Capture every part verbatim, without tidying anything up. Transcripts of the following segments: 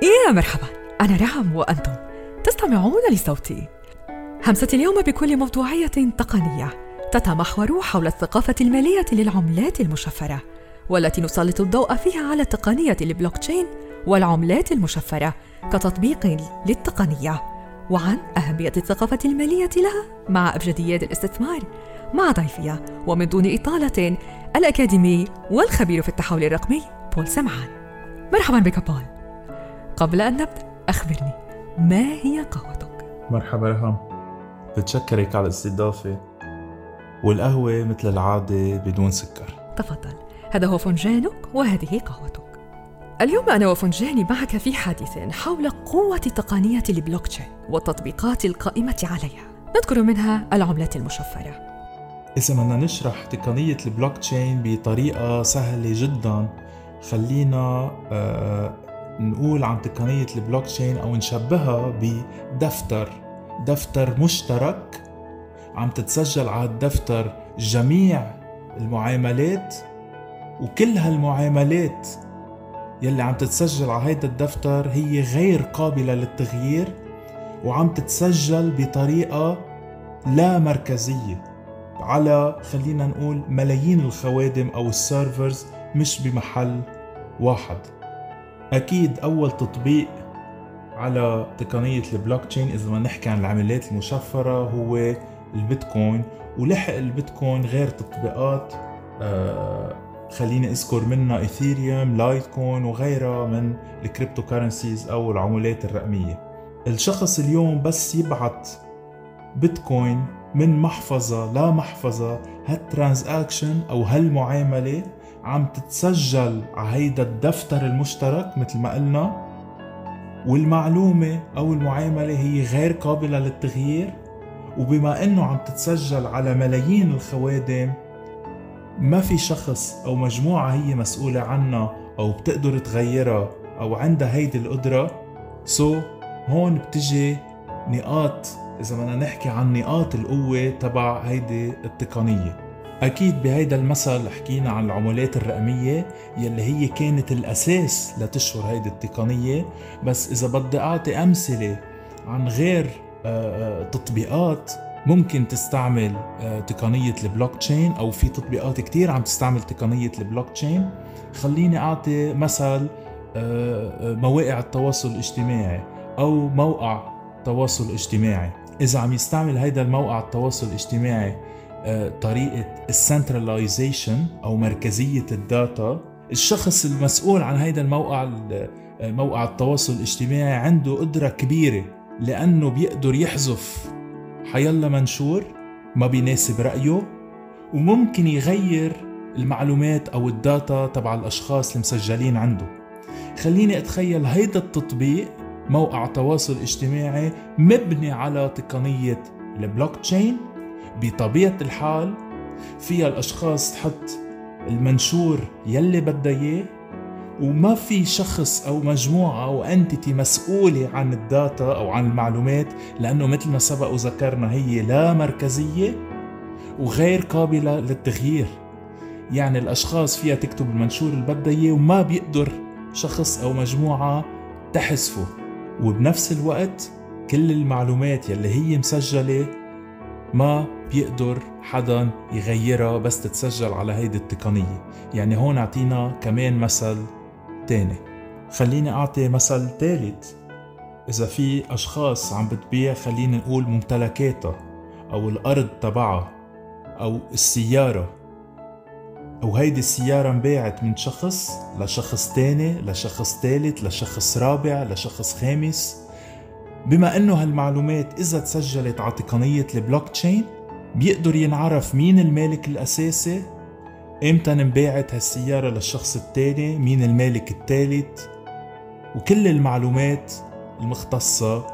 يا مرحبا، أنا رعم وأنتم تستمعون لصوتي. همستي اليوم بكل موضوعية تقنية تتمحور حول الثقافة المالية للعملات المشفرة، والتي نسلط الضوء فيها على تقنية البلوكتشين والعملات المشفرة كتطبيق للتقنية، وعن أهمية الثقافة المالية لها مع أبجديات الاستثمار مع ضيفي ومن دون إطالة الأكاديمي والخبير في التحول الرقمي بول سمعان. مرحبا بك بول. قبل أن نبدأ أخبرني، ما هي قهوتك؟ مرحبا رهم، بتشكرك على الاستضافة. والقهوة مثل العادة بدون سكر. تفضل، هذا هو فنجانك وهذه قهوتك. اليوم أنا وفنجاني معك في حديث حول قوة تقنية البلوكتشين والتطبيقات القائمة عليها، نذكر منها العملات المشفرة. إذا بدنا نشرح تقنية البلوكتشين بطريقة سهلة جدا، خلينا آه نقول عن تقنية البلوكتشين أو نشبهها بدفتر دفتر مشترك عم تتسجل على الدفتر جميع المعاملات، وكل هالمعاملات يلي عم تتسجل على هيدا الدفتر هي غير قابلة للتغيير وعم تتسجل بطريقة لا مركزية على خلينا نقول ملايين الخوادم أو السيرفرز، مش بمحل واحد. أكيد أول تطبيق على تقنية البلوكتشين إذا ما نحكي عن العملات المشفرة هو البيتكوين، ولحق البيتكوين غير تطبيقات آه خليني أذكر منها إيثيريوم، لايتكوين وغيرها من الكريبتو كارنسيز أو العملات الرقمية. الشخص اليوم بس يبعت بيتكوين من محفظة لا محفظة، هالترانزاكشن أو هالمعاملة عم تتسجل على هيدا الدفتر المشترك مثل ما قلنا، والمعلومة أو المعاملة هي غير قابلة للتغيير. وبما أنه عم تتسجل على ملايين الخوادم، ما في شخص أو مجموعة هي مسؤولة عنها أو بتقدر تغيرها أو عندها هيدي القدرة. سو so, هون بتجي نقاط، إذا بدنا نحكي عن نقاط القوة تبع هيدي التقنية. أكيد بهيدا المثل حكينا عن العملات الرقمية يلي هي كانت الأساس لتشهر هيدي التقنية، بس إذا بدي أعطي أمثلة عن غير تطبيقات ممكن تستعمل تقنية البلوكتشين، أو في تطبيقات كتير عم تستعمل تقنية البلوكتشين. خليني أعطي مثل مواقع التواصل الاجتماعي أو موقع تواصل اجتماعي. إذا عم يستعمل هيدا الموقع التواصل الاجتماعي طريقة السنتراليزيشن أو مركزية الداتا، الشخص المسؤول عن هيدا الموقع موقع التواصل الاجتماعي عنده قدرة كبيرة، لأنه بيقدر يحذف حيلا منشور ما بيناسب رأيه، وممكن يغير المعلومات أو الداتا تبع الأشخاص المسجلين عنده. خليني أتخيل هيدا التطبيق موقع تواصل اجتماعي مبني على تقنية البلوكتشين. بطبيعة الحال فيها الأشخاص تحط المنشور يلي بدها إياه، وما في شخص أو مجموعة أو أنتيتي مسؤولة عن الداتا أو عن المعلومات، لأنه مثل ما سبق وذكرنا هي لا مركزية وغير قابلة للتغيير. يعني الأشخاص فيها تكتب المنشور اللي بدها إياه وما بيقدر شخص أو مجموعة تحذفه، وبنفس الوقت كل المعلومات يلي هي مسجلة ما بيقدر حدا يغيرها بس تتسجل على هيدي التقنية. يعني هون اعطينا كمان مثل تاني. خليني أعطي مثل ثالث. إذا في أشخاص عم بتبيع خلينا نقول ممتلكاتها أو الأرض تبعها أو السيارة، أو هيدي السيارة انباعت من شخص لشخص تاني لشخص ثالث لشخص رابع لشخص خامس، بما أنه هالمعلومات إذا تسجلت على تقنية البلوكتشين بيقدر ينعرف مين المالك الأساسي، إمتى انباعت هالسيارة للشخص التاني، مين المالك الثالث، وكل المعلومات المختصة.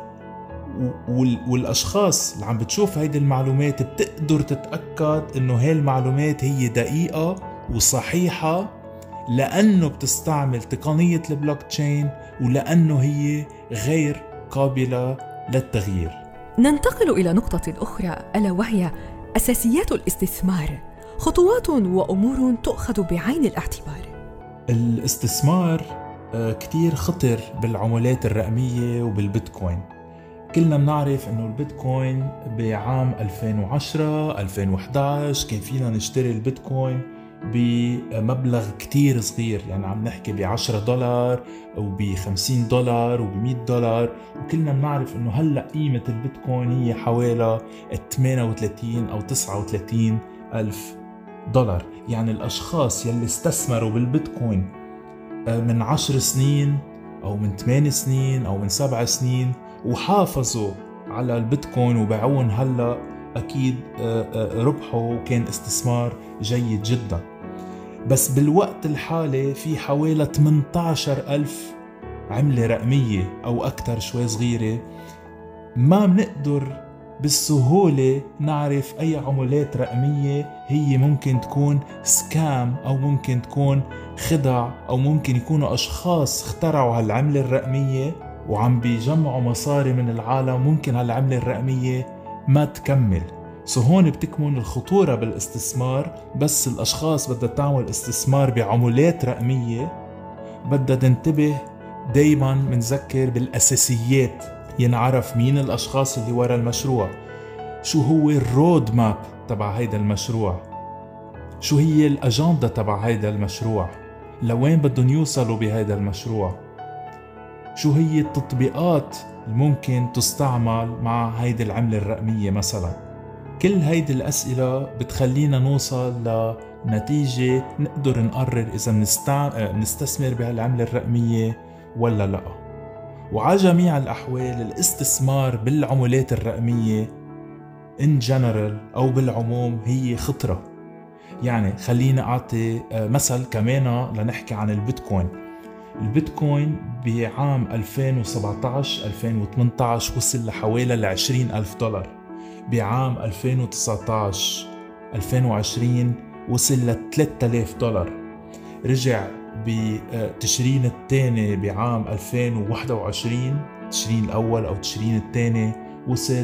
والأشخاص اللي عم بتشوف هيدي المعلومات بتقدر تتأكد إنه هاي المعلومات هي دقيقة وصحيحة، لأنه بتستعمل تقنية البلوكتشين ولأنه هي غير قابلة للتغيير. ننتقل إلى نقطة أخرى، ألا وهي أساسيات الاستثمار، خطوات وأمور تؤخذ بعين الاعتبار. الاستثمار كتير خطر بالعملات الرقمية وبالبيتكوين. كلنا بنعرف انه البيتكوين بعام ألفين وعشرة ألفين وإحدى عشر كان فينا نشتري البيتكوين بمبلغ كتير صغير، يعني عم نحكي بعشرة دولار وبخمسين دولار وبمئة دولار، وكلنا بنعرف انه هلأ قيمة البيتكوين هي حوالي ثمانية وثلاثين أو تسعة وثلاثين ألف دولار. يعني الأشخاص يلي استثمروا بالبيتكوين من عشر سنين أو من ثمان سنين أو من سبع سنين وحافظوا على البيتكوين وبيعون هلأ، أكيد ربحوا وكان استثمار جيد جدا. بس بالوقت الحالي في حوالي ثمانية عشر ألف عملة رقمية أو أكتر شوي صغيرة، ما بنقدر بالسهولة نعرف أي عملات رقمية هي ممكن تكون سكام أو ممكن تكون خدع أو ممكن يكونوا أشخاص اخترعوا هالعملة الرقمية وعم بيجمعوا مصاري من العالم، ممكن هالعملة الرقمية ما تكمل. سو هون بتكمن الخطورة بالاستثمار. بس الأشخاص بدها تعمل استثمار بعملات رقمية بدها تنتبه دايما، منذكر بالأساسيات، ينعرف مين الأشخاص اللي وراء المشروع، شو هو الرود ماب تبع هيدا المشروع، شو هي الأجندة تبع هيدا المشروع، لوين بدهم يوصلوا بهيدا المشروع، شو هي التطبيقات الممكن تستعمل مع هيدي العملة الرقمية مثلا. كل هيدي الأسئلة بتخلينا نوصل لنتيجة نقدر نقرر إذا نستثمر بهالعملة الرقمية ولا لا. وعلى جميع الأحوال الاستثمار بالعملات الرقمية in general أو بالعموم هي خطرة. يعني خلينا أعطي مثل كمان لنحكي عن البيتكوين. البيتكوين بعام ألفين وسبعة عشر ألفين وثمانية عشر وصل لحوالي العشرين ألف دولار، بعام ألفين وتسعة عشر ألفين وعشرين وصل ل ثلاثة آلاف دولار، رجع بتشرين الثاني بعام ألفين وواحد وعشرين، تشرين الأول أو تشرين الثاني وصل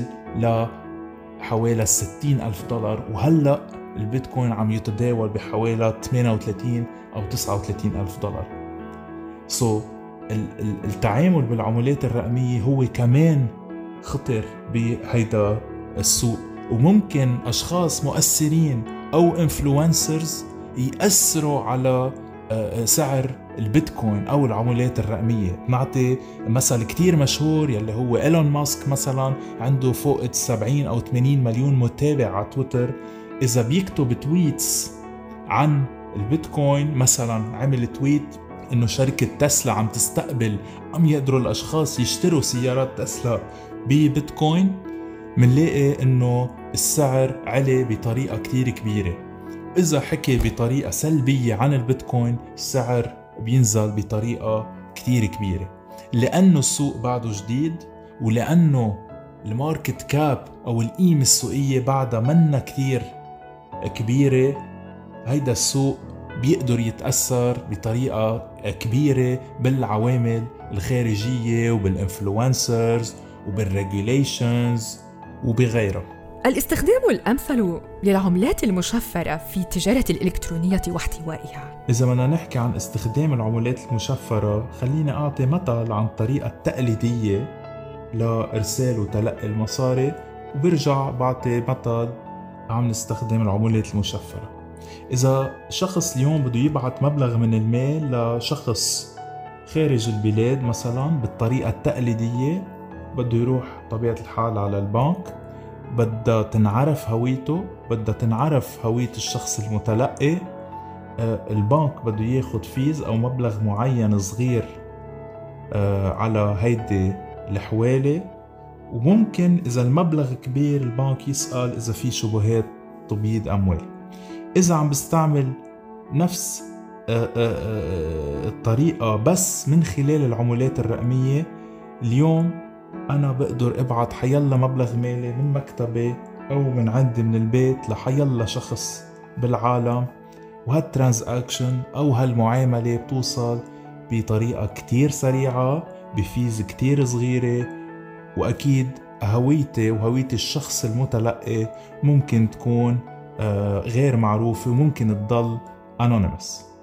لحوالي ستين ألف دولار، وهلأ البيتكوين عم يتداول بحوالي ثمانية وثلاثين أو تسعة وثلاثين ألف دولار. سو so, التعامل بالعملات الرقمية هو كمان خطر بهيدا السوق، وممكن أشخاص مؤثرين أو انفلونسرز يأثروا على سعر البيتكوين أو العملات الرقمية. نعطي مثل كتير مشهور يلي هو إيلون ماسك مثلا، عنده فوق سبعين أو ثمانين مليون متابع على تويتر. إذا بيكتب تويتس عن البيتكوين، مثلا عمل تويت إنه شركة تسلا عم تستقبل عم يقدروا الأشخاص يشتروا سيارات تسلا ببيتكوين، منلاقي إنه السعر علي بطريقة كتير كبيرة. إذا حكي بطريقة سلبية عن البيتكوين السعر بينزل بطريقة كتير كبيرة، لأنه السوق بعده جديد، ولأنه الماركت كاب أو القيمة السوقية بعدها منا كتير كبيرة. هيدا السوق بيقدر يتأثر بطريقة كبيرة بالعوامل الخارجية وبالإنفلونسرز وبالريجوليشنز وبغيرها. الاستخدام الأمثل للعملات المشفرة في التجارة الإلكترونية واحتوائها. إذا بدنا نحكي عن استخدام العملات المشفرة، خليني أعطي مثل عن الطريقة التقليدية لإرسال وتلقي المصاري، وبرجع بعطي مثل عم نستخدم العملات المشفرة. إذا شخص اليوم بده يبعت مبلغ من المال لشخص خارج البلاد مثلا بالطريقة التقليدية، بده يروح طبيعة الحال على البنك، بدها تنعرف هويته، بدها تنعرف هوية الشخص المتلقي. البنك بده ياخد فيز أو مبلغ معين صغير على هيدي الحوالة، وممكن إذا المبلغ كبير البنك يسأل إذا في شبهات تبييض أموال. إذا عم بستعمل نفس الطريقة بس من خلال العملات الرقمية، اليوم أنا بقدر أبعت حيلا مبلغ مالي من مكتبي أو من عندي من البيت لحيلا شخص بالعالم، وهالترانزاكشن أو هالمعاملة بتوصل بطريقة كتير سريعة بفيز كتير صغيرة، وأكيد هويتي وهوية الشخص المتلقي ممكن تكون غير معروفة وممكن تضل anonymous.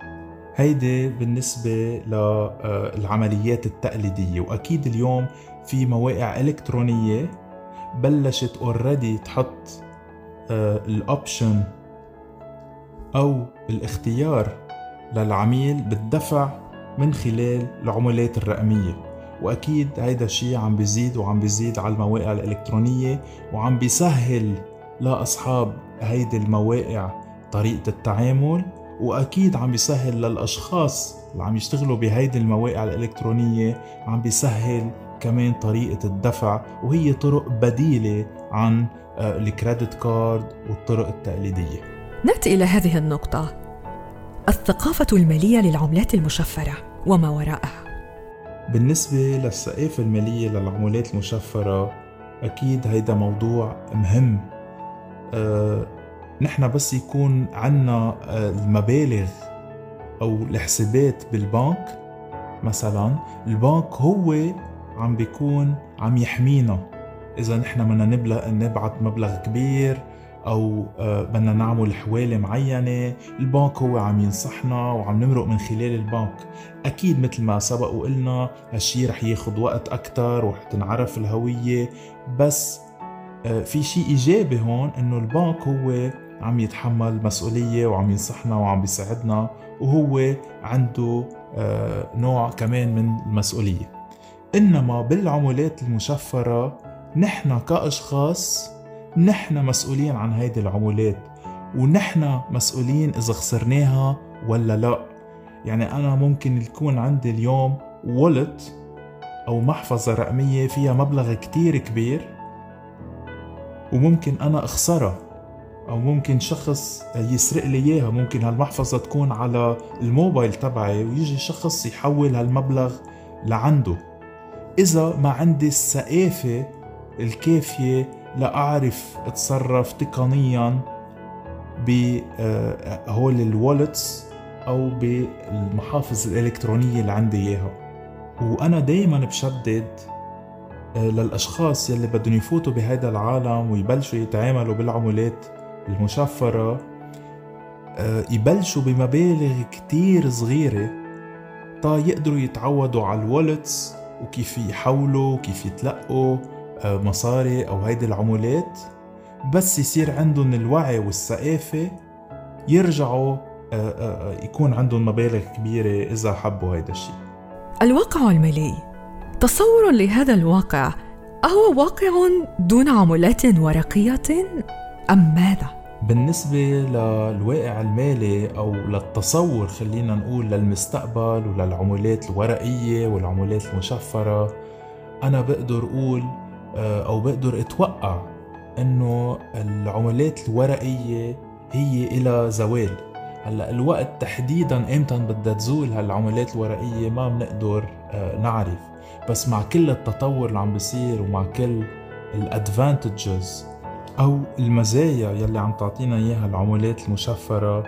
هيدي بالنسبة للعمليات التقليدية. وأكيد اليوم في مواقع إلكترونية بلشت اوريدي تحط الأوبشن أو الاختيار للعميل بالدفع من خلال العملات الرقمية. وأكيد هيدا الشيء عم بيزيد وعم بيزيد على المواقع الإلكترونية، وعم بيسهل لأصحاب هيدي المواقع طريقة التعامل، وأكيد عم بيسهل للأشخاص اللي عم يشتغلوا بهيدي المواقع الإلكترونية، عم بيسهل كمان طريقة الدفع، وهي طرق بديلة عن الكريدت كارد والطرق التقليدية. نأتي إلى هذه النقطة، الثقافة المالية للعملات المشفرة وما وراءها. بالنسبة للثقافة المالية للعملات المشفرة، أكيد هيدا موضوع مهم. أه نحن بس يكون عنا المبالغ أو الحسابات بالبنك مثلا، البنك هو عم بيكون عم يحمينا إذا نحن بدنا نبعت مبلغ كبير أو بدنا نعمل حوالة معينة، البنك هو عم ينصحنا وعم نمرق من خلال البنك. أكيد مثل ما سبق وقلنا هالشي رح ياخد وقت أكتر ورح تنعرف الهوية، بس في شيء إيجابي هون إنه البنك هو عم يتحمل مسؤولية وعم ينصحنا وعم بيساعدنا، وهو عنده نوع كمان من المسؤولية. إنما بالعملات المشفرة نحن كأشخاص نحن مسؤولين عن هيدي العملات، ونحن مسؤولين إذا خسرناها ولا لا. يعني أنا ممكن يكون عندي اليوم والت أو محفظة رقمية فيها مبلغ كتير كبير، وممكن أنا أخسرها، أو ممكن شخص يسرق لي إياها. ممكن هالمحفظة تكون على الموبايل تبعي ويجي شخص يحول هالمبلغ لعنده. إذا ما عندي الثقافة الكافية لأعرف أتصرف تقنياً بهول الوالتس أو بالمحافظ الإلكترونية اللي عندي إياها. وأنا دايماً بشدد للأشخاص يلي بدهم يفوتوا بهذا العالم ويبلشوا يتعاملوا بالعملات المشفرة، يبلشوا بمبالغ كتير صغيرة تا يقدروا يتعودوا على الوالتس وكيف يحولوا وكيف يتلقوا مصاري أو هيدي العملات. بس يصير عندهم الوعي والثقافة يرجعوا يكون عندهم مبالغ كبيرة إذا حبوا هيدا الشيء. الواقع المالي، تصور لهذا الواقع، أهو واقع دون عملات ورقية أم ماذا؟ بالنسبة للواقع المالي أو للتصور، خلينا نقول للمستقبل وللعملات الورقية والعملات المشفرة، أنا بقدر أقول أو بقدر أتوقع أنه العملات الورقية هي إلى زوال. هلأ الوقت تحديداً إمتى بدها تزول هالعملات الورقية ما بنقدر نعرف، بس مع كل التطور اللي عم بيصير ومع كل الادفانتجز أو المزايا يلي عم تعطينا إياها العملات المشفرة،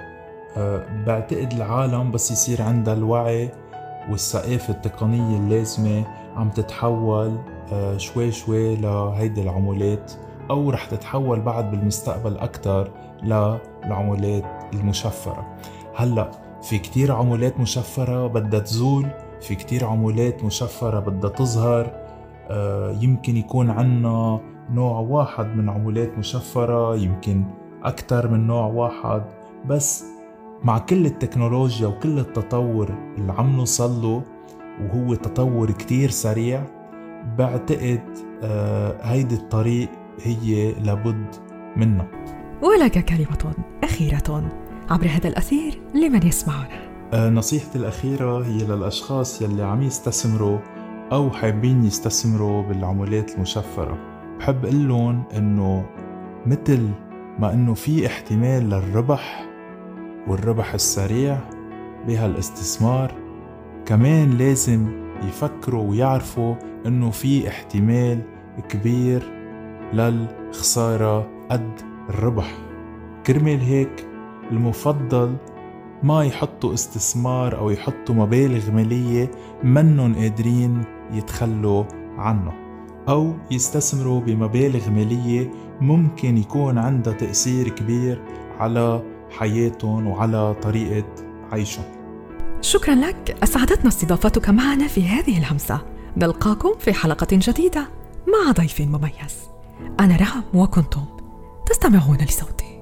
بعتقد العالم بس يصير عندها الوعي والثقافة التقنية اللازمة عم تتحول شوي شوي لهيدي العملات، أو رح تتحول بعد بالمستقبل أكتر للعملات المشفرة. هلأ في كتير عملات مشفرة بدها تزول، في كتير عملات مشفرة بدها تظهر. يمكن يكون عنا نوع واحد من عملات مشفرة، يمكن أكتر من نوع واحد، بس مع كل التكنولوجيا وكل التطور اللي عم نوصله، وهو تطور كتير سريع، بعتقد هيدي الطريق هي لابد منها. ولك كلمة أخيرة عبر هذا الأثير لمن يسمعنا؟ نصيحتي الأخيرة هي للأشخاص يلي عم يستثمروا أو حابين يستثمروا بالعملات المشفرة. بحب قلهم إنه مثل ما إنه في احتمال للربح والربح السريع بهالاستثمار، كمان لازم يفكروا ويعرفوا إنه في احتمال كبير للخسارة قد الربح. كرمال هيك المفضل ما يحطوا استثمار أو يحطوا مبالغ مالية منن قادرين يتخلوا عنه، أو يستثمروا بمبالغ مالية ممكن يكون عندها تأثير كبير على حياتهم وعلى طريقة عيشهم. شكرا لك، أسعدتنا استضافتك معنا في هذه الهمسة. نلقاكم في حلقة جديدة مع ضيف مميز. أنا رهم وكنتم تستمعون لصوتي.